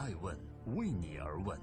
爱问为你而问。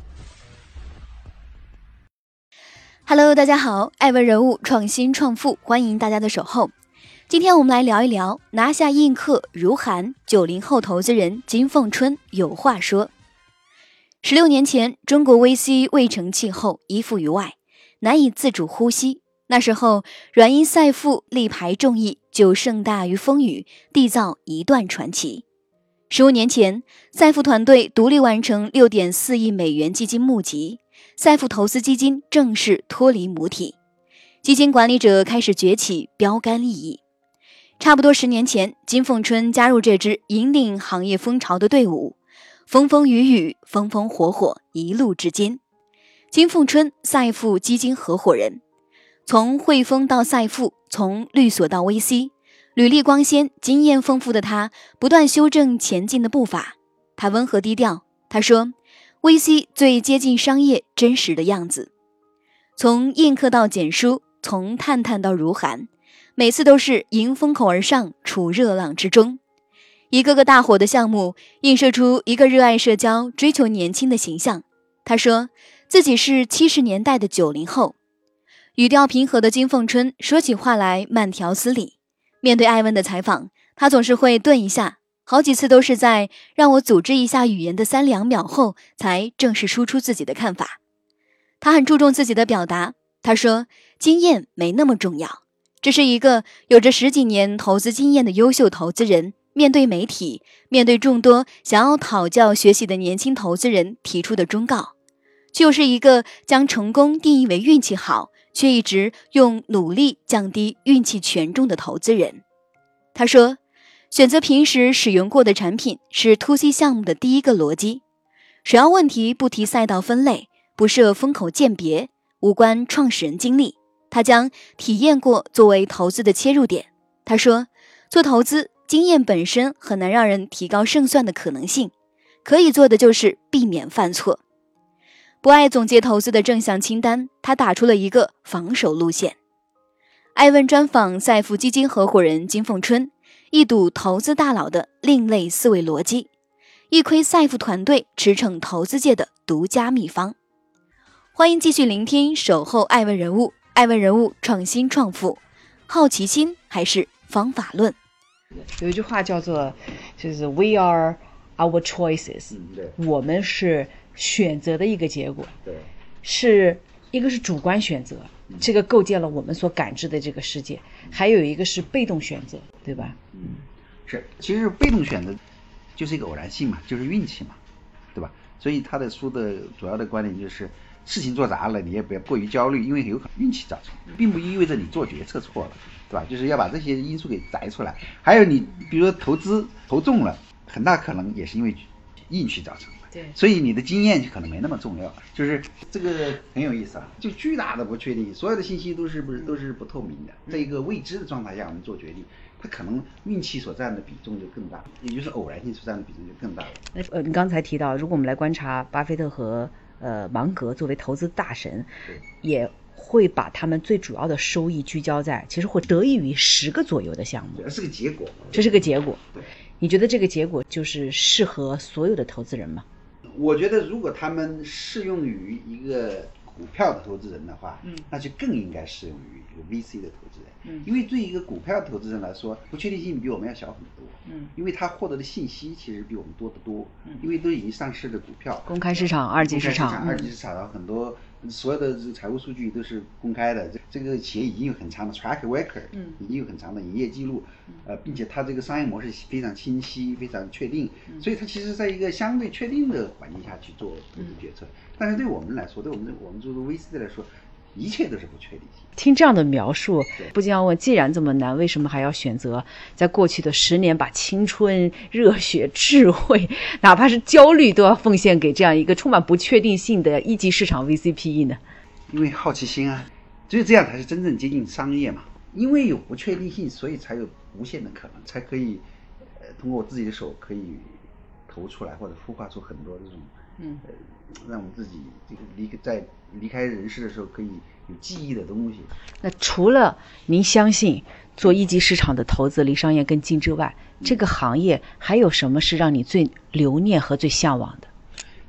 Hello， 大家好，爱问人物创新创富，欢迎大家的守候。今天我们来聊一聊拿下映客如涵，90后投资人金凤春有话说。16年前，中国 VC 未成气候，依附于外，难以自主呼吸。那时候，软银赛富力排众议，就盛大于风雨，缔造一段传奇。15年前，赛富团队独立完成6.4亿美元基金募集，赛富投资基金正式脱离母体，基金管理者开始崛起，标杆利益。差不多10年前，金凤春加入这支引领行业风潮的队伍，风风雨雨，风风火火，一路至今。金凤春，赛富基金合伙人，从汇丰到赛富，从律所到 VC， 履历光鲜、经验丰富的他，不断修正前进的步伐。他温和低调，他说 VC 最接近商业真实的样子。从映客到简书，从探探到如涵，每次都是迎风口而上，处热浪之中。一个个大火的项目映射出一个热爱社交、追求年轻的形象。他说自己是70年代的90后。语调平和的金凤春说起话来慢条斯理，面对艾问的采访，他总是会顿一下，好几次都是在让我组织一下语言的3-2秒后才正式输出自己的看法。他很注重自己的表达，他说经验没那么重要，这是一个有着10几年投资经验的优秀投资人面对媒体，面对众多想要讨教学习的年轻投资人提出的忠告，就是一个将成功定义为运气好，却一直用努力降低运气权重的投资人。他说，选择平时使用过的产品是 2C 项目的第一个逻辑。首要问题不提赛道分类，不设风口鉴别，无关创始人经历，他将体验过作为投资的切入点。他说，做投资经验本身很难让人提高胜算的可能性，可以做的就是避免犯错。不爱总结投资的正向清单，他打出了一个防守路线。艾问专访赛富基金合伙人金凤春，一睹投资大佬的另类思维逻辑，一窥赛富团队驰骋投资界的独家秘方。欢迎继续聆听守候艾问人物，艾问人物创新创富，好奇心还是方法论。 有一句话叫做就是 We are our choices，我们是选择的一个结果，是一个是主观选择，这个构建了我们所感知的这个世界，还有一个是被动选择，对吧？ 是，其实被动选择就是一个偶然性嘛，就是运气嘛，对吧？所以他的书的主要的观点就是事情做砸了，你也不要过于焦虑，因为有可能运气造成，并不意味着你做决策错了，对吧？就是要把这些因素给摘出来。还有你比如说投资投中了，很大可能也是因为运气造成的。 对， 所以你的经验可能没那么重要，就是这个很有意思啊，就巨大的不确定，所有的信息都是不透明的，在一个未知的状态下我们做决定，它可能运气所占的比重就更大，也就是偶然性所占的比重就更大了。 你刚才提到，如果我们来观察巴菲特和芒格作为投资大神，也会把他们最主要的收益聚焦在其实会得益于10个左右的项目， 这是个结果， 这是个结果。 对， 你觉得这个结果就是适合所有的投资人吗？ 我觉得如果他们适用于一个股票的投资人的话，那就更应该适用于一个 VC 的投资人，因为对一个股票投资人来说，不确定性比我们要小很多，因为他获得的信息其实比我们多得多，因为都已经上市的股票， 公开市场、二级市场， 二级市场很多所有的财务数据都是公开的，这个企业已经有很长的 track record，已经有很长的营业记录，并且它这个商业模式非常清晰、非常确定，所以它其实在一个相对确定的环境下去做投资决策。但是对我们来说，对我们做 VC 来说，一切都是不确定性。 听这样的描述，不禁要问，既然这么难，为什么还要选择在过去的10年把青春、热血、智慧，哪怕是焦虑都要奉献给这样一个充满不确定性的一级市场 VCPE 呢？ 因为好奇心啊，只有这样才是真正接近商业嘛。因为有不确定性，所以才有无限的可能，才可以通过我自己的手可以投出来或者孵化出很多这种让我们自己在离开人世的时候可以有记忆的东西。 那除了您相信做一级市场的投资离商业更近之外，这个行业还有什么是让你最留念和最向往的？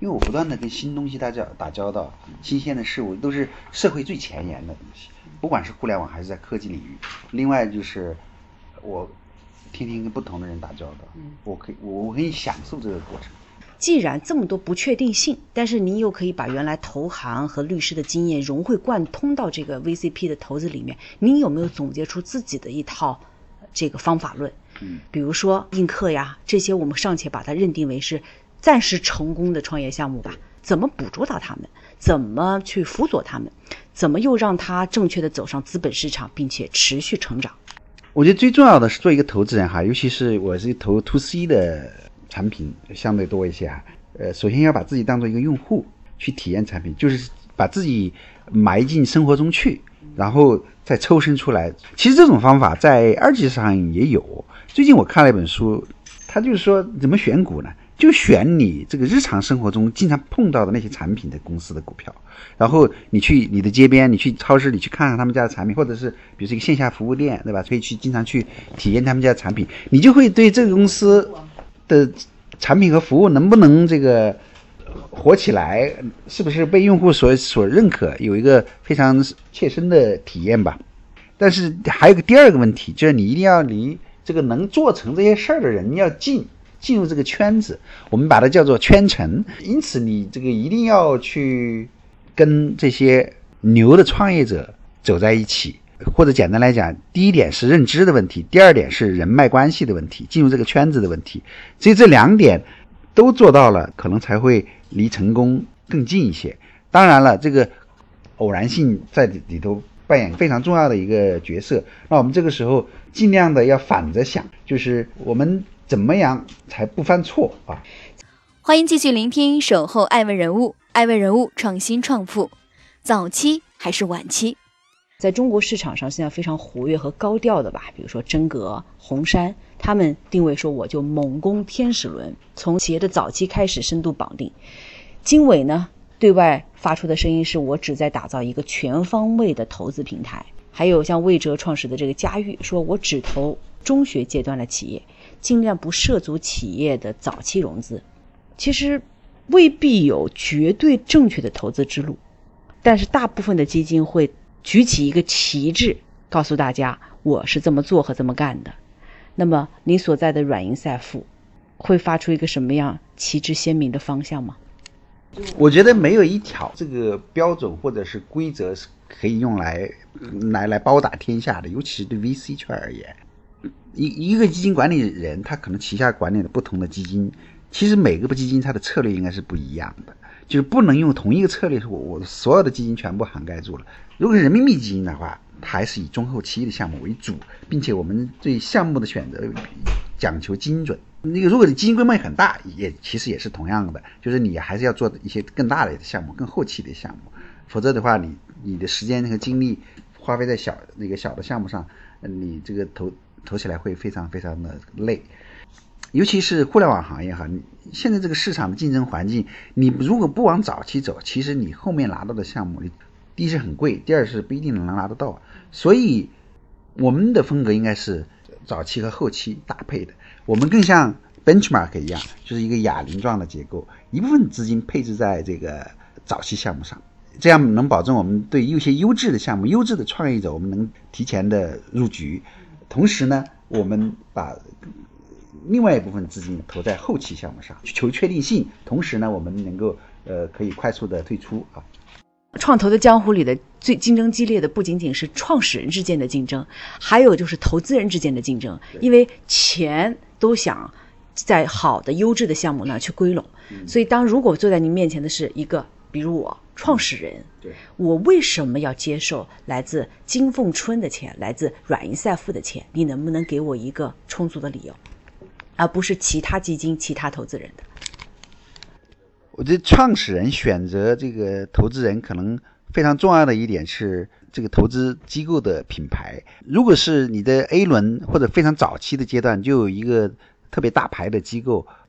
因为我不断的跟新东西打交道，新鲜的事物都是社会最前沿的东西，不管是互联网还是在科技领域。另外就是我天天跟不同的人打交道，我可以享受这个过程。 既然这么多不确定性，但是你又可以把原来投行和律师的经验融会贯通到这个 VCP 的投资里面，你有没有总结出自己的一套这个方法论？比如说映客呀，这些我们尚且把它认定为是暂时成功的创业项目吧，怎么捕捉到他们，怎么去辅佐他们，怎么又让他正确的走上资本市场并且持续成长。 我觉得最重要的是做一个投资人哈，尤其是我是投 to C 的产品相对多一些哈。首先要把自己当做一个用户去体验产品，就是把自己埋进生活中去，然后再抽身出来。其实这种方法在二级市场也有。最近我看了一本书，他就是说怎么选股呢？就选你这个日常生活中经常碰到的那些产品的公司的股票，然后你去你的街边，你去超市里去看看他们家的产品，或者是比如说一个线下服务店，对吧？可以去经常去体验他们家的产品，你就会对这个公司的产品和服务能不能这个火起来，是不是被用户所认可，有一个非常切身的体验吧。但是还有个第二个问题，就是你一定要离这个能做成这些事儿的人要进入这个圈子，我们把它叫做圈层。因此你这个一定要去跟这些牛的创业者走在一起，或者简单来讲，第一点是认知的问题，第二点是人脉关系的问题，进入这个圈子的问题。所以这两点都做到了，可能才会离成功更近一些。当然了，这个偶然性在里头扮演非常重要的一个角色。那我们这个时候尽量的要反着想，就是我们怎么样才不犯错啊？ 欢迎继续聆听守候爱问人物，爱问人物创新创富，早期还是晚期？ 在中国市场上现在非常活跃和高调的吧，比如说真格、红杉，他们定位说我就猛攻天使轮，从企业的早期开始深度绑定。经纬呢，对外发出的声音是我只在打造一个全方位的投资平台。还有像魏哲创始的这个嘉裕，说我只投中学阶段的企业，尽量不涉足企业的早期融资。其实未必有绝对正确的投资之路，但是大部分的基金会举起一个旗帜，告诉大家我是这么做和这么干的。那么你所在的软银赛富会发出一个什么样旗帜鲜明的方向吗？ 我觉得没有一条这个标准或者是规则是可以用来包打天下的，尤其是对 VC 圈而言。一个基金管理人，他可能旗下管理的不同的基金，其实每个基金它的策略应该是不一样的，就是不能用同一个策略，我所有的基金全部涵盖住了。如果是人民币基金的话，它还是以中后期的项目为主，并且我们对项目的选择讲求精准。如果你基金规模很大，其实也是同样的，就是你还是要做一些更大的项目，更后期的项目，否则的话你的时间和精力花费在小的项目上，你这个投起来会非常非常的累。尤其是互联网行业哈，现在这个市场的竞争环境，你如果不往早期走，其实你后面拿到的项目，第一是很贵，第二是不一定能拿得到。所以我们的风格应该是早期和后期搭配的。我们更像 benchmark 一样，就是一个哑铃状的结构，一部分资金配置在这个早期项目上，这样能保证我们对一些优质的项目、优质的创业者，我们能提前的入局。同时呢，我们把另外一部分资金投在后期项目上，求确定性。同时呢，我们能够可以快速的退出啊。 创投的江湖里的最竞争激烈的不仅仅是创始人之间的竞争，还有就是投资人之间的竞争，因为钱都想在好的优质的项目那去归拢。所以如果坐在您面前的是一个比如我创始人，我为什么要接受来自金凤春的钱，来自软银赛富的钱？你能不能给我一个充足的理由，而不是其他基金其他投资人的？ 我觉得创始人选择这个投资人可能非常重要的一点是这个投资机构的品牌。如果是你的 A 轮或者非常早期的阶段就有一个特别大牌的机构，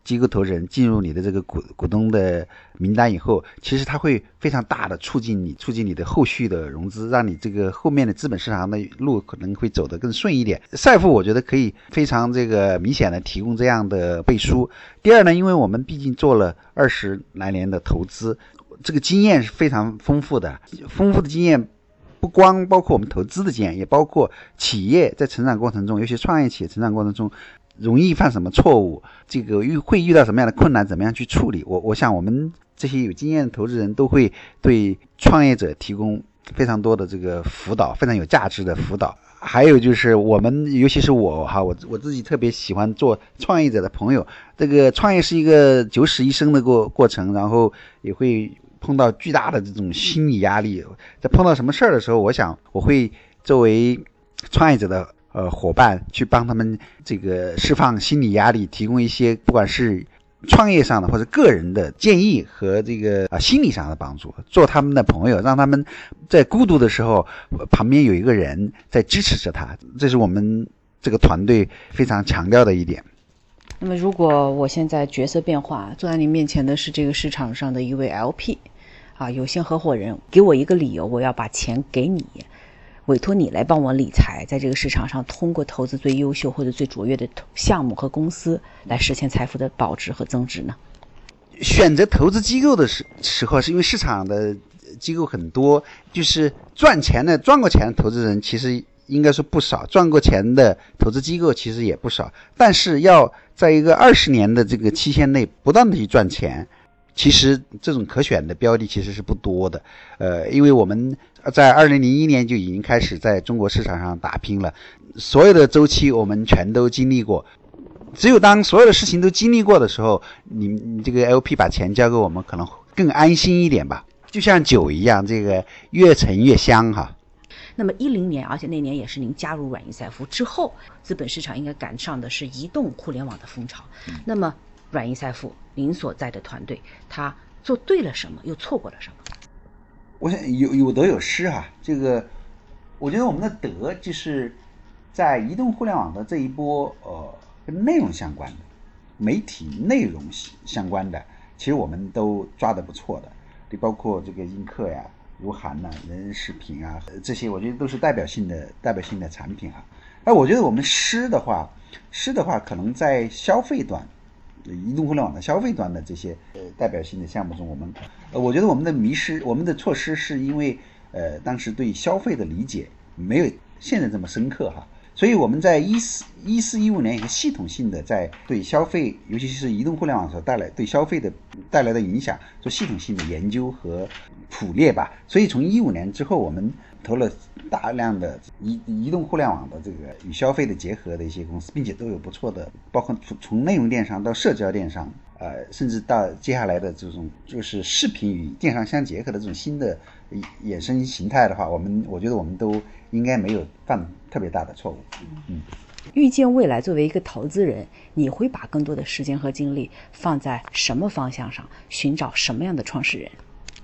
机构投资人进入你的这个股东的名单以后，其实它会非常大的促进你的后续的融资，让你这个后面的资本市场的路可能会走得更顺一点。赛富我觉得可以非常这个明显的提供这样的背书。第二呢，因为我们毕竟做了20来年的投资，这个经验是非常丰富的经验。不光包括我们投资的经验，也包括企业在成长过程中，尤其创业企业成长过程中容易犯什么错误，这个会遇到什么样的困难，怎么样去处理。我想我们这些有经验的投资人都会对创业者提供非常多的这个辅导，非常有价值的辅导。还有就是我们，尤其是我自己特别喜欢做创业者的朋友。这个创业是一个九死一生的过程，然后也会碰到巨大的这种心理压力。在碰到什么事儿的时候，我想我会作为创业者的伙伴去帮他们这个释放心理压力，提供一些不管是创业上的或者个人的建议和这个心理上的帮助，做他们的朋友，让他们在孤独的时候旁边有一个人在支持着他。这是我们这个团队非常强调的一点。 那么如果我现在角色变化，坐在你面前的是这个市场上的一位 LP 有限合伙人，给我一个理由，我要把钱给你，委托你来帮我理财，在这个市场上通过投资最优秀或者最卓越的项目和公司来实现财富的保值和增值呢？ 选择投资机构的时候，是因为市场的机构很多，就是赚过钱的投资人其实应该说不少，赚过钱的投资机构其实也不少，但是要在一个20年的这个期限内不断的去赚钱，其实这种可选的标的其实是不多的。因为我们在2001年就已经开始在中国市场上打拼了，所有的周期我们全都经历过。只有当所有的事情都经历过的时候，你这个 LP 把钱交给我们，可能更安心一点吧。就像酒一样，这个越陈越香哈。 那么10年，而且那年也是您加入软银赛富之后，资本市场应该赶上的是移动互联网的风潮。那么软银赛富您所在的团队，他做对了什么，又错过了什么？ 我想有得有失哈。这个我觉得我们的得就是在移动互联网的这一波跟内容相关的媒体内容相关的，其实我们都抓得不错的。你包括这个映客呀、如涵呐、人人视频啊，这些我觉得都是代表性的产品啊。而我觉得我们失的话可能在消费端，移动互联网的消费端的这些代表性的项目中，我觉得我们的迷失，我们的错失是因为当时对消费的理解没有现在这么深刻哈。所以我们在14-15年一个系统性的在对消费，尤其是移动互联网所对消费的带来的影响做系统性的研究和普列吧。所以从15年之后，我们投了大量的移动互联网的这个与消费的结合的一些公司，并且都有不错的，包括从内容电商到社交电商，甚至到接下来的这种就是视频与电商相结合的这种新的衍生形态的话，我觉得我们都应该没有犯特别大的错误。 预见未来，作为一个投资人，你会把更多的时间和精力放在什么方向上，寻找什么样的创始人？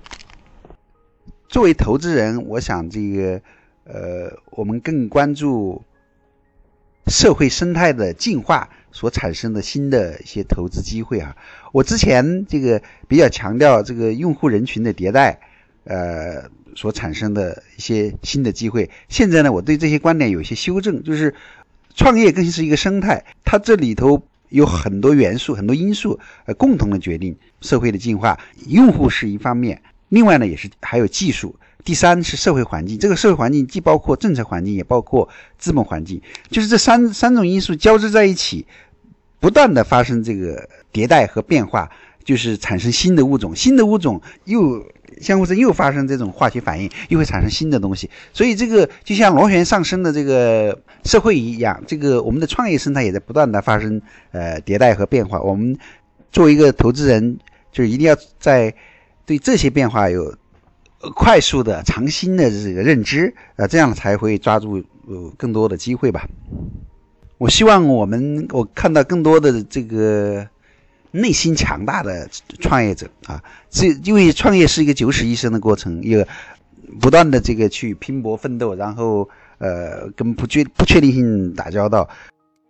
作为投资人，我想这个我们更关注社会生态的进化所产生的新的一些投资机会啊。我之前这个比较强调这个用户人群的迭代所产生的一些新的机会，现在呢我对这些观点有一些修正，就是创业更是一个生态，它这里头有很多元素很多因素共同的决定社会的进化。用户是一方面，另外呢还有技术，第三是社会环境。这个社会环境既包括政策环境也包括资本环境，就是这三种因素交织在一起，不断的发生这个迭代和变化，就是产生新的物种又相互又发生这种化学反应，又会产生新的东西。所以这个就像螺旋上升的这个社会一样，这个我们的创业生态也在不断的发生迭代和变化。我们作为一个投资人，就是一定要在对这些变化有快速的长新的这个认知，这样才会抓住更多的机会吧。我希望我看到更多的这个内心强大的创业者啊，因为创业是一个九死一生的过程，一个不断的这个去拼搏奋斗，然后跟不确定性打交道。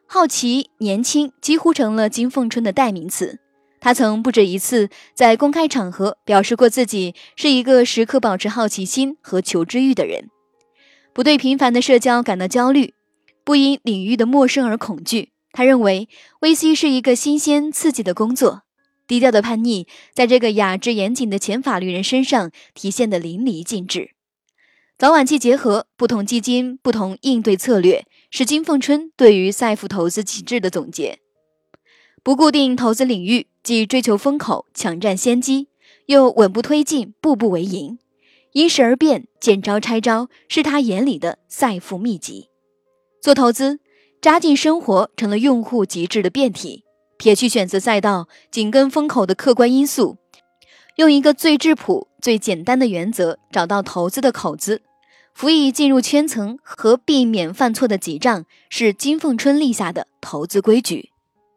好奇、年轻几乎成了金凤春的代名词。他曾不止一次在公开场合表示过自己是一个时刻保持好奇心和求知欲的人，不对频繁的社交感到焦虑，不因领域的陌生而恐惧。他认为 VC 是一个新鲜刺激的工作，低调的叛逆在这个雅致严谨的前法律人身上体现得淋漓尽致。早晚期结合，不同基金不同应对策略，是金凤春对于赛富投资旗帜的总结。不固定投资领域，既追求风口抢占先机，又稳步推进步步为营，因时而变，见招拆招，是他眼里的赛富秘籍。做投资扎进生活成了用户极致的变体，撇去选择赛道紧跟风口的客观因素，用一个最质朴最简单的原则找到投资的口子，辅以进入圈层和避免犯错的几账，是金凤春立下的投资规矩。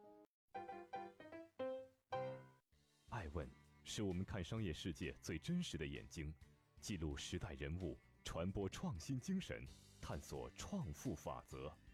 爱问是我们看商业世界最真实的眼睛，记录时代人物，传播创新精神，探索创富法则。